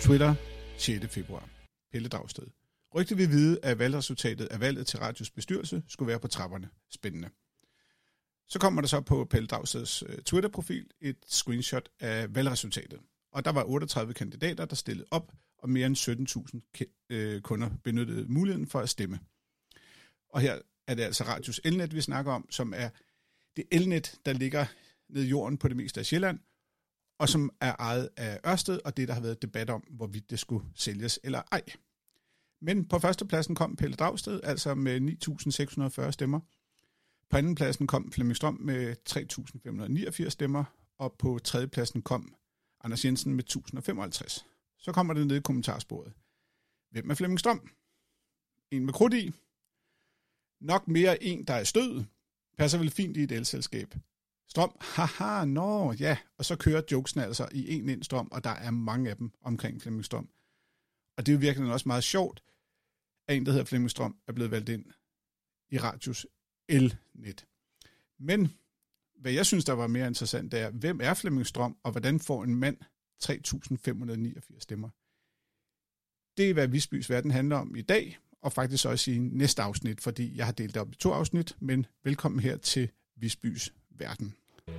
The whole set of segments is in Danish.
Twitter 6. februar. Pelle Dragsted. Rygte vil vide, at valgresultatet af valget til radios bestyrelse skulle være på trapperne. Spændende. Så kommer der så på Pelle Dragsteds Twitter-profil et screenshot af valgresultatet. Og der var 38 kandidater, der stillede op, og mere end 17.000 kunder benyttede muligheden for at stemme. Og her er det altså Radios Elnet, vi snakker om, som er det elnet, der ligger ned i jorden på det meste af Sjælland, og som er ejet af Ørsted, og det, der har været debat om, hvorvidt det skulle sælges eller ej. Men på førstepladsen kom Pelle Dragsted, altså med 9.640 stemmer. På andenpladsen kom Flemming Strøm med 3.589 stemmer, og på tredjepladsen kom Anders Jensen med 1.055. Så kommer det ned i kommentarsporet. Hvem er Flemming Strøm? En med krudt i? Nok mere en, der er stød. Passer vel fint i et elselskab. Strøm, haha, ja. Og så kører jokesene altså i en strøm, og der er mange af dem omkring Flemming Strøm. Og det er jo virkelig også meget sjovt, at en, der hedder Flemming Strøm, er blevet valgt ind i Radios Elnet. Men hvad jeg synes, der var mere interessant, det er, hvem er Flemming Strøm, og hvordan får en mand 3.589 stemmer? Det er, hvad Visbys Verden handler om i dag, og faktisk også i næste afsnit, fordi jeg har delt det op i 2 afsnit, men velkommen her til Visbys Verden.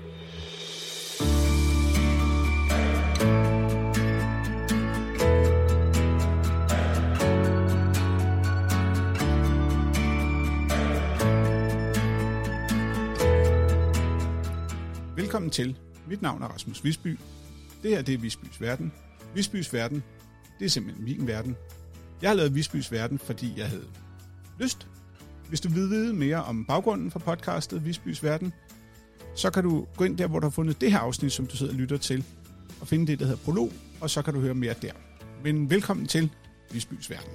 Velkommen til. Mit navn er Rasmus Visby. Det her, det er Visbys Verden. Visbys Verden, det er simpelthen min verden. Jeg har lavet Visbys Verden, fordi jeg havde lyst. Hvis du vil vide mere om baggrunden for podcastet Visbys Verden, så kan du gå ind der, hvor du har fundet det her afsnit, som du sidder og lytter til, og finde det, der hedder Prolog, og så kan du høre mere der. Men velkommen til Visbys Verden.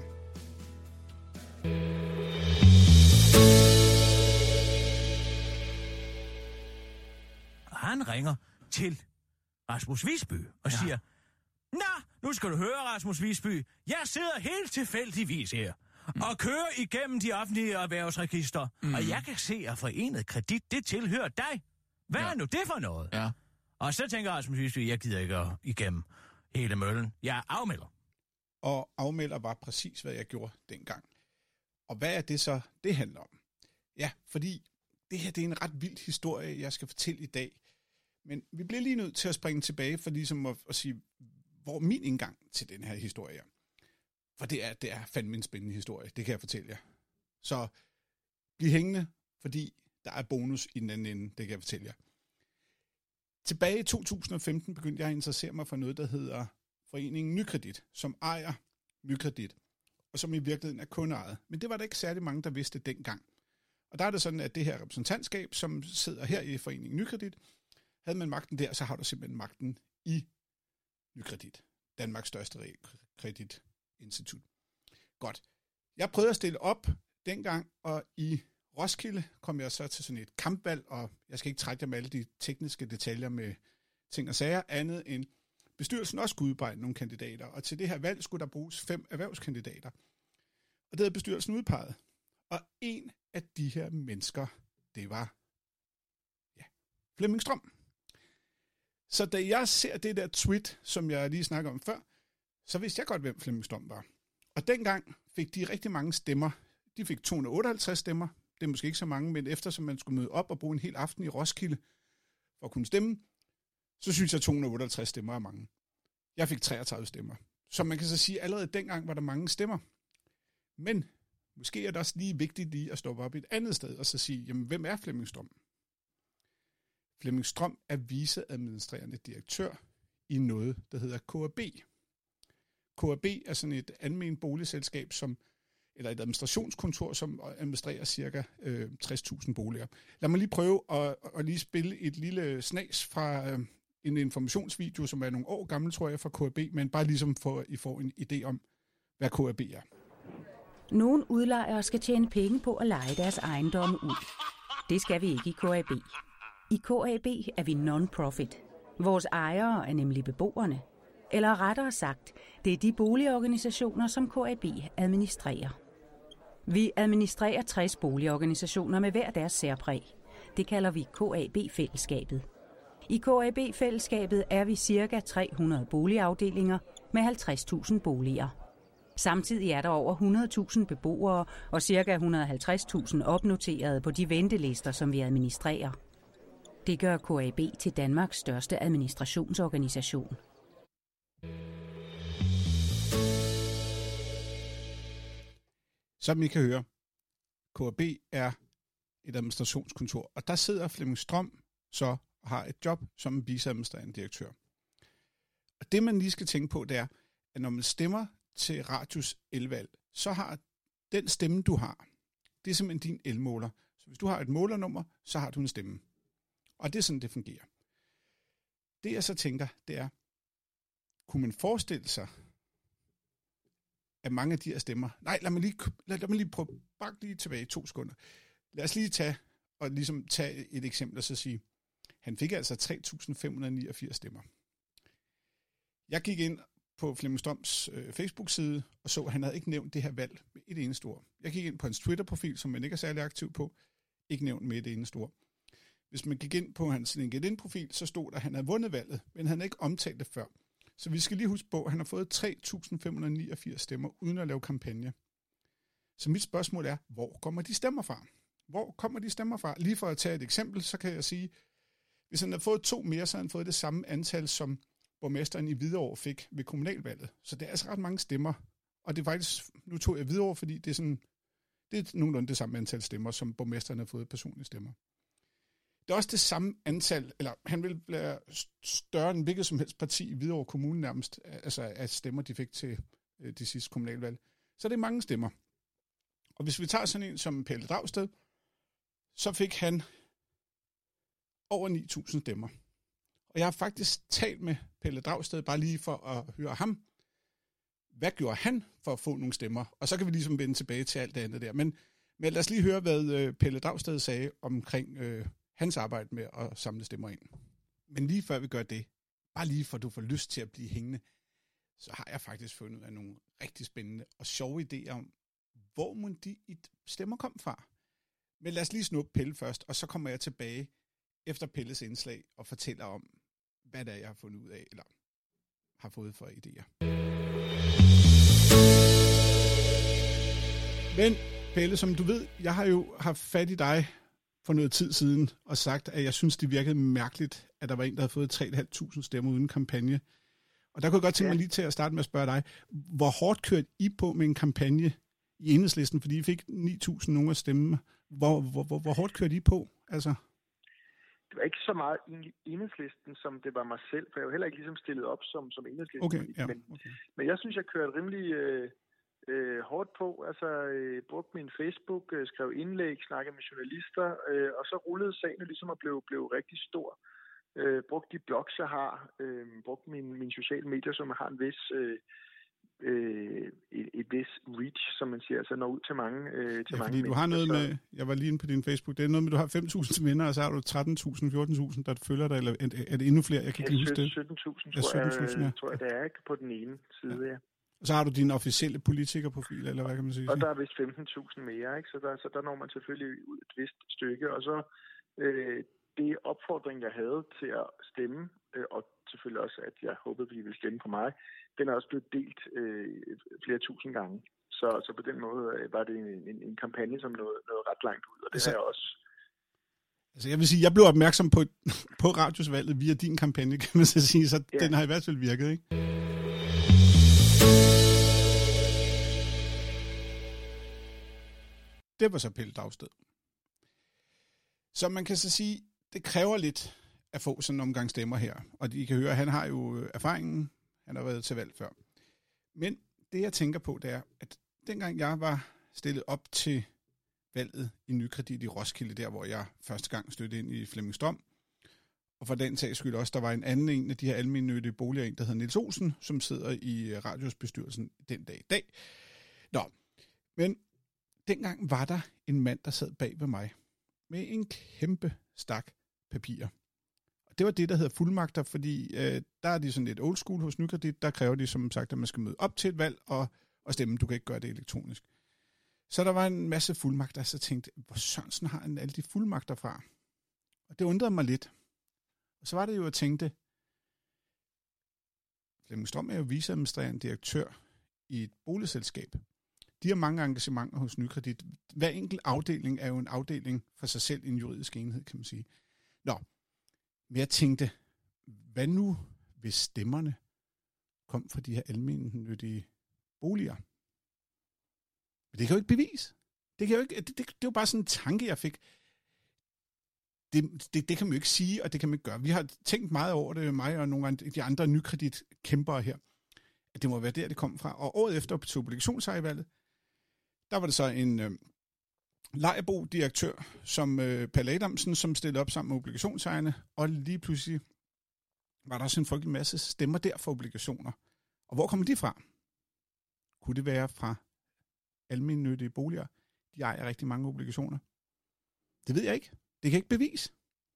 Han ringer til Rasmus Visby og siger, nå, nu skal du høre, Rasmus Visby, jeg sidder helt tilfældigvis her og kører igennem de offentlige erhvervsregister, og jeg kan se, at Forenet Kredit, det tilhører dig. Hvad er nu det for noget? Ja. Og så tænker Rasmus Visby, jeg gider ikke igennem hele møllen. Jeg afmelder. Og afmelder var præcis, hvad jeg gjorde dengang. Og hvad er det så, det handler om? Ja, fordi det her, det er en ret vild historie, jeg skal fortælle i dag. Men vi bliver lige nødt til at springe tilbage for ligesom at sige, hvor min indgang til den her historie er. For det er fandme en spændende historie, det kan jeg fortælle jer. Så bliv hængende, fordi der er bonus i den anden ende, det kan jeg fortælle jer. Tilbage i 2015 begyndte jeg at interessere mig for noget, der hedder Foreningen Nykredit, som ejer Nykredit, og som i virkeligheden er kundeejet. Men det var der ikke særlig mange, der vidste dengang. Og der er det sådan, at det her repræsentantskab, som sidder her i Foreningen Nykredit, havde man magten der, så har du simpelthen magten i Nykredit, Danmarks største kreditinstitut. Godt. Jeg prøvede at stille op dengang, og i Roskilde kom jeg så til sådan et kampvalg, og jeg skal ikke trætte jer med alle de tekniske detaljer med ting og sager, andet end bestyrelsen også skulle udpege nogle kandidater, og til det her valg skulle der bruges 5 erhvervskandidater. Og det havde bestyrelsen udpeget. Og en af de her mennesker, det var Flemming Strøm. Så da jeg ser det der tweet, som jeg lige snakkede om før, så vidste jeg godt, hvem Flemming Strøm var. Og dengang fik de rigtig mange stemmer. De fik 258 stemmer. Det er måske ikke så mange, men eftersom man skulle møde op og bruge en hel aften i Roskilde for at kunne stemme, så synes jeg, at 258 stemmer er mange. Jeg fik 33 stemmer. Så man kan så sige, at allerede dengang var der mange stemmer. Men måske er det også lige vigtigt lige at stoppe op et andet sted og så sige, jamen hvem er Flemming Strøm? Flemming Strøm er viceadministrerende direktør i noget, der hedder KAB. KAB er sådan et almen boligselskab, eller et administrationskontor, som administrerer ca. 60.000 boliger. Lad mig lige prøve at lige spille et lille snas fra en informationsvideo, som er nogle år gammel, tror jeg, fra KAB, men bare ligesom for at I får en idé om, hvad KAB er. Nogle udlejere skal tjene penge på at leje deres ejendomme ud. Det skal vi ikke i KAB. I KAB er vi non-profit. Vores ejere er nemlig beboerne. Eller rettere sagt, det er de boligorganisationer, som KAB administrerer. Vi administrerer 60 boligorganisationer med hver deres særpræg. Det kalder vi KAB-fællesskabet. I KAB-fællesskabet er vi ca. 300 boligafdelinger med 50.000 boliger. Samtidig er der over 100.000 beboere og ca. 150.000 opnoterede på de ventelister, som vi administrerer. Det gør KAB til Danmarks største administrationsorganisation. Som I kan høre, KAB er et administrationskontor, og der sidder Flemming Strøm så og har et job som en viceadministrerende direktør. Og det man lige skal tænke på, det er, at når man stemmer til Radius elvalg, så har den stemme, du har, det er simpelthen din elmåler. Så hvis du har et målernummer, så har du en stemme. Og det er sådan, det fungerer. Det jeg så tænker, det er, kunne man forestille sig, at mange af de her stemmer... Nej, lad mig lige prøve, bare lige tilbage 2 sekunder. Lad os lige tage et eksempel og så sige, han fik altså 3.589 stemmer. Jeg gik ind på Flemming Strøms Facebook-side og så, at han havde ikke nævnt det her valg med et eneste ord. Jeg gik ind på hans Twitter-profil, som man ikke er særlig aktiv på, ikke nævnt med et eneste ord. Hvis man gik ind på hans LinkedIn-profil, så stod der, at han havde vundet valget, men han havde ikke omtalt det før. Så vi skal lige huske på, at han har fået 3.589 stemmer, uden at lave kampagne. Så mit spørgsmål er, hvor kommer de stemmer fra? Hvor kommer de stemmer fra? Lige for at tage et eksempel, så kan jeg sige, hvis han havde fået 2 mere, så har han fået det samme antal, som borgmesteren i Hvidovre fik ved kommunalvalget. Så det er altså ret mange stemmer. Og det er faktisk, nu tog jeg Hvidovre, fordi det er nogenlunde det samme antal stemmer, som borgmesteren har fået personlige stemmer. Det er også det samme antal, eller han vil blive større end hvilket som helst parti i Hvidovre Kommune nærmest, altså af stemmer, de fik til de sidste kommunalvalg. Så det er mange stemmer. Og hvis vi tager sådan en som Pelle Dragsted, så fik han over 9.000 stemmer. Og jeg har faktisk talt med Pelle Dragsted, bare lige for at høre ham. Hvad gjorde han for at få nogle stemmer? Og så kan vi ligesom vende tilbage til alt det andet der. Men lad os lige høre, hvad Pelle Dragsted sagde omkring hans arbejde med at samle stemmer ind. Men lige før vi gør det, bare lige for at du får lyst til at blive hængende, så har jeg faktisk fundet ud af nogle rigtig spændende og sjove idéer om, hvor må de stemmer kom fra. Men lad os lige snuppe Pelle først, og så kommer jeg tilbage efter Pelles indslag og fortæller om, hvad det er, jeg har fundet ud af, eller har fået for idéer. Men Pelle, som du ved, jeg har jo haft fat i dig for noget tid siden og sagt, at jeg synes, det virkede mærkeligt, at der var en, der havde fået 3.500 stemmer uden kampagne. Og der kunne jeg godt tænke mig lige til at starte med at spørge dig, hvor hårdt kørte I på med en kampagne i Enhedslisten, fordi I fik 9.000 nogle af stemme. Hvor hårdt kørte I på? Altså? Det var ikke så meget Enhedslisten, som det var mig selv, for jeg var heller ikke ligesom stillet op som Enhedslisten. Okay, ja, men jeg synes, jeg kørte rimelig hårdt på. Altså brugte min Facebook, skrev indlæg, snakkede med journalister, og så rullede sagen ligesom og blev rigtig stor. Brugte de blogs, jeg har, brugte mine sociale medier, som har en vis... et vis reach, som man siger, altså når ud til mange til mange fordi du har noget med, jeg var lige inde på din Facebook, det er noget med, du har 5.000 venner, og så har du 13.000, 14.000, der følger dig, eller er det endnu flere? Jeg kan ikke huske det. 17.000 tror jeg, det er ikke på den ene side, ja. Og så har du din officielle politikerprofil, eller hvad kan man sige? Og der er vist 15.000 mere, ikke? Så der når man selvfølgelig ud et vist stykke, og så det opfordring, jeg havde til at stemme, og selvfølgelig også, at jeg håbede, at I ville stemme på mig, den er også blevet delt flere tusind gange. Så på den måde var det en kampagne, som nåede ret langt ud, og det har jeg også. Altså jeg vil sige, jeg blev opmærksom på radiosvalget via din kampagne, kan man så sige, så ja. Den har i hvert fald virket, ikke? Det var så Pelle Dragsted. Så man kan så sige, det kræver lidt at få sådan en omgang stemmer her. Og I kan høre, at han har jo erfaringen. Han har været til valg før. Men det, jeg tænker på, det er, at dengang jeg var stillet op til valget i Nykredit i Roskilde, der hvor jeg første gang stødte ind i Flemming Strøm, og for den sags skyld også, der var en af de her almennyttige boliger, der hedder Niels Olsen, som sidder i Radiusbestyrelsen den dag i dag. Nå, men dengang var der en mand, der sad bag ved mig, med en kæmpe stak papir. Og det var det, der hedder fuldmagter, fordi der er de sådan lidt old school hos Nykredit, der kræver de som sagt, at man skal møde op til et valg og stemme. Du kan ikke gøre det elektronisk. Så der var en masse fuldmagter, så tænkte hvor Sørensen har han alle de fuldmagter fra? Og det undrede mig lidt. Og så var det jo, at tænkte, Flemming Strøm er jo viceadministrerende direktør i et boligselskab. De har mange engagementer hos Nykredit. Hver enkelt afdeling er jo en afdeling for sig selv i en juridisk enhed, kan man sige. Nå, men jeg tænkte, hvad nu, hvis stemmerne kom fra de her almennyttige boliger? Men det kan jo ikke bevise. Det er jo bare sådan en tanke, jeg fik. Det kan man jo ikke sige, og det kan man ikke gøre. Vi har tænkt meget over det, mig og nogle af de andre Nykredit-kæmpere her, at det må være der, det kom fra. Og året efter til obligationsejervalget, der var det så en Lejerbo-direktør, som Palle Adamsen, som stillede op sammen med obligationsejerne, og lige pludselig var der også en frygtelig masse stemmer der for obligationer. Og hvor kommer de fra? Kunne det være fra almennyttige boliger? De ejer rigtig mange obligationer. Det ved jeg ikke. Det kan jeg ikke bevise.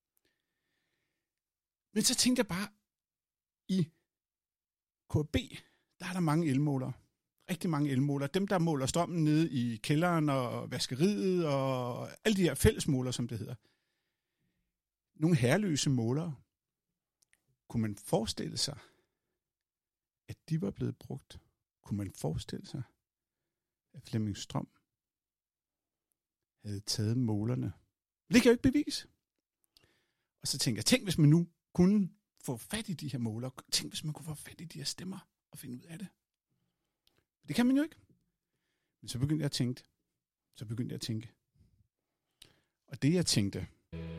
Men så tænkte jeg bare, i KB, der er der mange elmålere. Rigtig mange elmålere. Dem, der måler strømmen nede i kælderen og vaskeriet og alle de her fællesmålere, som det hedder. Nogle herreløse målere. Kunne man forestille sig, at de var blevet brugt? Kunne man forestille sig, at Flemming Strøm havde taget målerne? Det kan jeg jo ikke bevise. Og så tænkte jeg, tænk hvis man nu kunne få fat i de her målere. Tænk hvis man kunne få fat i de her stemmer og finde ud af det. Det kan man jo ikke. Men så begyndte jeg at tænke. Og det jeg tænkte,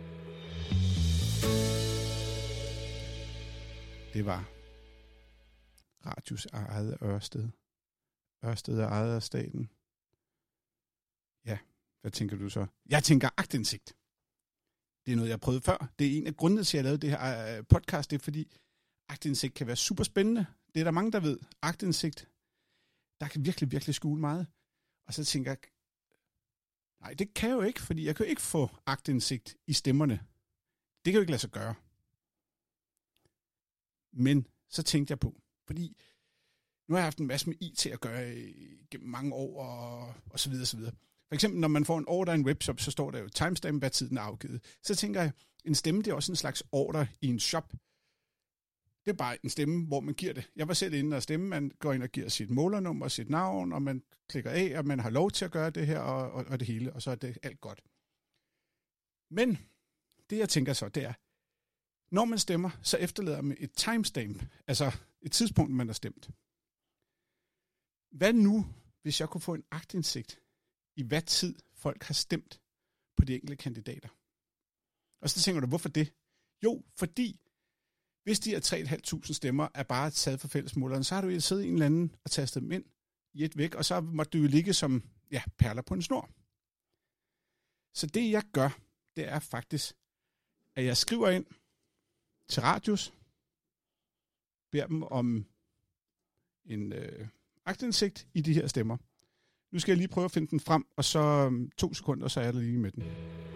det var Radius er ejet af Ørsted. Ørsted er ejet af staten. Ja, hvad tænker du så? Jeg tænker aktindsigt. Det er noget, jeg har prøvet før. Det er en af grundene til, at jeg lavede det her podcast. Det er, fordi aktindsigt kan være super spændende. Det er der mange, der ved. Aktindsigt, der kan virkelig, virkelig skjule meget. Og så tænker jeg, nej, det kan jeg jo ikke, fordi jeg kan jo ikke få aktindsigt i stemmerne. Det kan jo ikke lade sig gøre. Men så tænkte jeg på, fordi nu har jeg haft en masse med IT at gøre gennem mange år, og så videre, så videre. For eksempel, når man får en order i en webshop, så står der jo timestamp, hvad tiden er afgivet. Så tænker jeg, en stemme, det er også en slags order i en shop. Det er bare en stemme, hvor man giver det. Jeg var selv inde og stemme, man går ind og giver sit målernummer, sit navn, og man klikker af, og man har lov til at gøre det her, og det hele, og så er det alt godt. Men det, jeg tænker så, det er, når man stemmer, så efterlader man et timestamp, altså et tidspunkt, man har stemt. Hvad nu, hvis jeg kunne få en aktindsigt i hvad tid folk har stemt på de enkelte kandidater? Og så tænker du, hvorfor det? Jo, fordi hvis de her 3.500 stemmer er bare taget fra fællesmåleren, så har du jo siddet i en eller anden og tastet dem ind i et væk, og så måtte du jo ligge som perler på en snor. Så det jeg gør, det er faktisk, at jeg skriver ind til Radius, beder dem om en aktindsigt i de her stemmer. Nu skal jeg lige prøve at finde den frem, og så 2 sekunder, så er jeg der lige med den.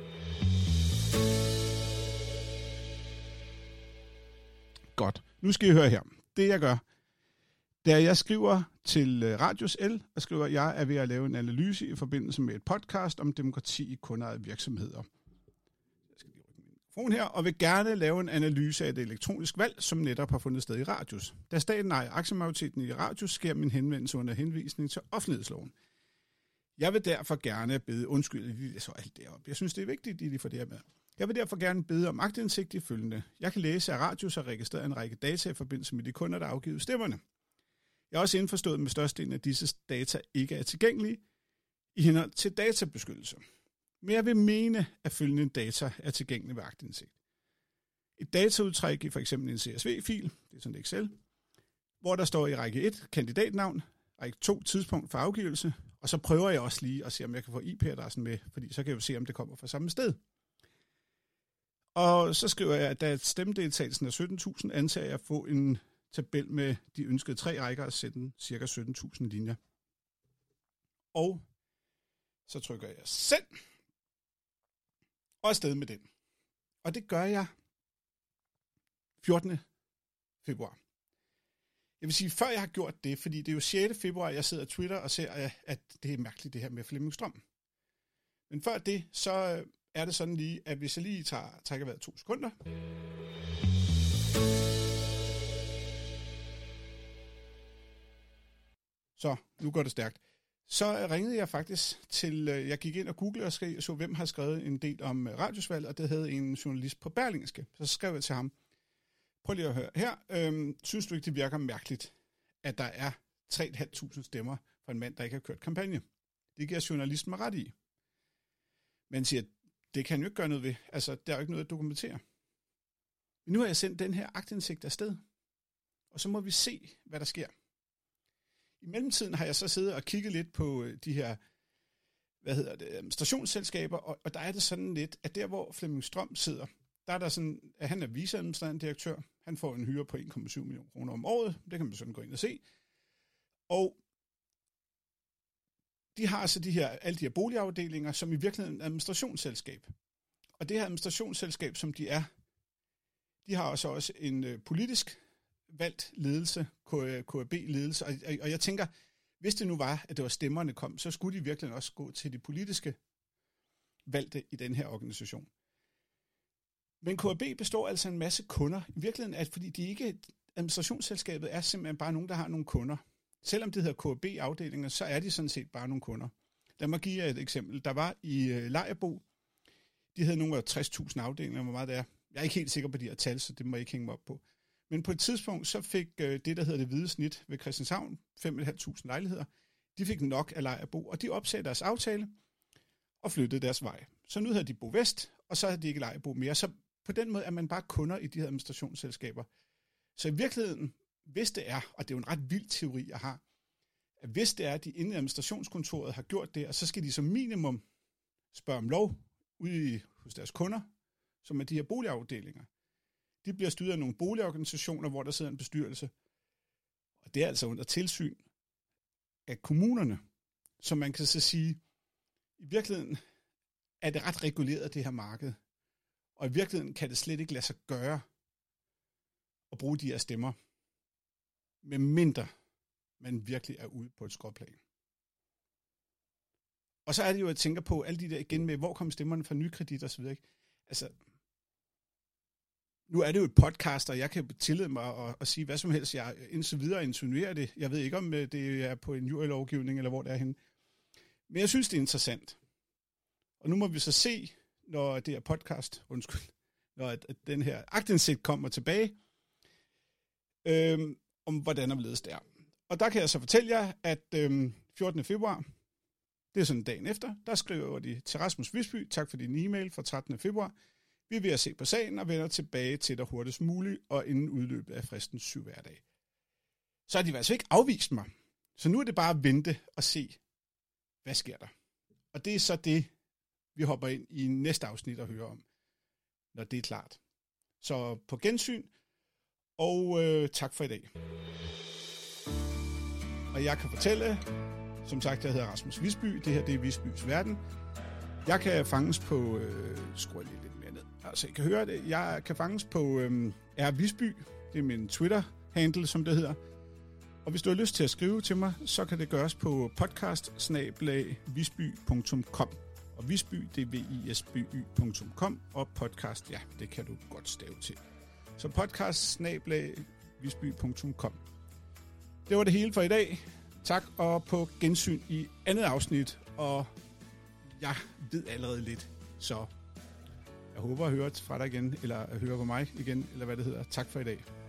Godt. Nu skal I høre her. Det jeg gør, da jeg skriver til Radius L, og skriver, at jeg er ved at lave en analyse i forbindelse med et podcast om demokrati i kundeejede virksomheder. Jeg skal lige rykke min mikrofon her, og vil gerne lave en analyse af det elektroniske valg, som netop har fundet sted i Radius. Da staten ejer aktiemajoriteten i Radius, sker min henvendelse under henvisning til offentlighedsloven. Jeg vil derfor gerne bede, undskyld, så alt deroppe. Jeg synes, det er vigtigt, at I får det her med. Jeg vil derfor gerne bede om aktindsigt i følgende. Jeg kan læse, at Radius har registreret en række data i forbindelse med de kunder, der har afgivet stemmerne. Jeg er også indforstået med størstedelen af disse data ikke er tilgængelige i henhold til databeskyttelse. Men jeg vil mene, at følgende data er tilgængelige ved aktindsigt. Et dataudtræk i for eksempel en CSV-fil, det er sådan et Excel, hvor der står i række 1 kandidatnavn, række 2 tidspunkt for afgivelse, og så prøver jeg også lige at se, om jeg kan få IP-adressen med, fordi så kan jeg jo se, om det kommer fra samme sted. Og så skriver jeg, at da stemmedeltagelsen er 17.000, antager jeg at få en tabel med de ønskede 3 rækker og sætte ca. 17.000 linjer. Og så trykker jeg send, og afsted med den. Og det gør jeg 14. februar. Jeg vil sige, før jeg har gjort det, fordi det er jo 6. februar, jeg sidder og Twitter og ser, at det er mærkeligt det her med Flemming Strøm. Men før det, så er det sådan lige, at hvis jeg lige trækker vejret 2 sekunder, Så, nu går det stærkt. Så ringede jeg faktisk til, jeg gik ind og googlede og så, hvem har skrevet en del om radiosvalg, og det havde en journalist på Berlingske. Så skrev jeg til ham, prøv lige at høre her, synes du ikke, det virker mærkeligt, at der er 3.500 stemmer for en mand, der ikke har kørt kampagne? Det giver journalisten mig ret i. Men siger, det kan han jo ikke gøre noget ved. Altså, der er jo ikke noget at dokumentere. Men nu har jeg sendt den her aktindsigt afsted, og så må vi se, hvad der sker. I mellemtiden har jeg så siddet og kigget lidt på de her, administrationsselskaber, og der er det sådan lidt, at der hvor Flemming Strøm sidder, der er der sådan, at han er viceadministrerende direktør. Han får en hyre på 1,7 millioner kroner om året. Det kan man sådan gå ind og se. Og de har altså alle de her boligafdelinger, som i virkeligheden er et administrationsselskab. Og det her administrationsselskab, som de er, de har også en politisk valgt ledelse, KAB-ledelse, og jeg tænker, hvis det nu var, at det var stemmerne kom, så skulle de virkelig også gå til de politiske valgte i den her organisation. Men KAB består altså en masse kunder. I virkeligheden fordi de ikke, administrationsselskabet er simpelthen bare nogen, der har nogle kunder. Selvom det hedder KAB-afdelinger, så er de sådan set bare nogle kunder. Lad mig give jer et eksempel. Der var i Lejerbo, de havde nogle af 60.000 afdelinger, hvor meget det er. Jeg er ikke helt sikker på de her tal, så det må jeg ikke hænge mig op på. Men på et tidspunkt, så fik det, der hedder det hvide snit ved Christianshavn, 5.500 lejligheder, de fik nok af Lejerbo, og de opsagde deres aftale og flyttede deres vej. Så nu hedder de Bo Vest, og så havde de ikke Lejerbo mere. Så på den måde er man bare kunder i de her administrationsselskaber. Så i virkeligheden, hvis det er, og det er jo en ret vild teori, jeg har, at hvis det er, at de inde i administrationskontoret har gjort det, og så skal de som minimum spørge om lov ude hos deres kunder, som er de her boligafdelinger. De bliver styret af nogle boligorganisationer, hvor der sidder en bestyrelse. Og det er altså under tilsyn af kommunerne. Så man kan så sige, i virkeligheden er det ret reguleret, det her marked. Og i virkeligheden kan det slet ikke lade sig gøre at bruge de her stemmer, medmindre man virkelig er ude på et skråplan. Og så er det jo, at jeg tænker på alle de der igen med, hvor kommer stemmerne fra Nykredit og så videre. Altså, nu er det jo et podcast, og jeg kan tillade mig at sige hvad som helst. Jeg indtil videre insinuerer det. Jeg ved ikke, om det er på en jurylovgivning, eller hvor det er henne. Men jeg synes, det er interessant. Og nu må vi så se, når det er podcast, når at den her aktindsigt kommer tilbage, om hvordan omledes det er. Og der kan jeg så fortælle jer, at 14. februar, det er sådan dagen efter, der skriver de til Rasmus Visby, tak for din e-mail fra 13. februar, vi er ved at se på sagen og vender tilbage til dig hurtigst muligt, og inden udløbet af fristen 7 hverdage. Så har de altså ikke afvist mig. Så nu er det bare at vente og se, hvad sker der. Og det er så det, vi hopper ind i næste afsnit og hører om, når det er klart. Så på gensyn, og tak for i dag. Og jeg kan fortælle, som sagt, jeg hedder Rasmus Visby, det her det er Visbys Verden. Jeg kan fanges på, skruer lige lidt mere ned, altså I kan høre det, jeg kan fanges på rvisby, det er min Twitter-handle, som det hedder. Og hvis du har lyst til at skrive til mig, så kan det gøres på podcast@visby.com. Og Visby, det er visby.com, og podcast, ja, det kan du godt stave til. Så podcast@visby.com. Det var det hele for i dag. Tak, og på gensyn i andet afsnit, og jeg ved allerede lidt, så jeg håber at høre fra dig igen, eller at høre på mig igen, eller hvad det hedder. Tak for i dag.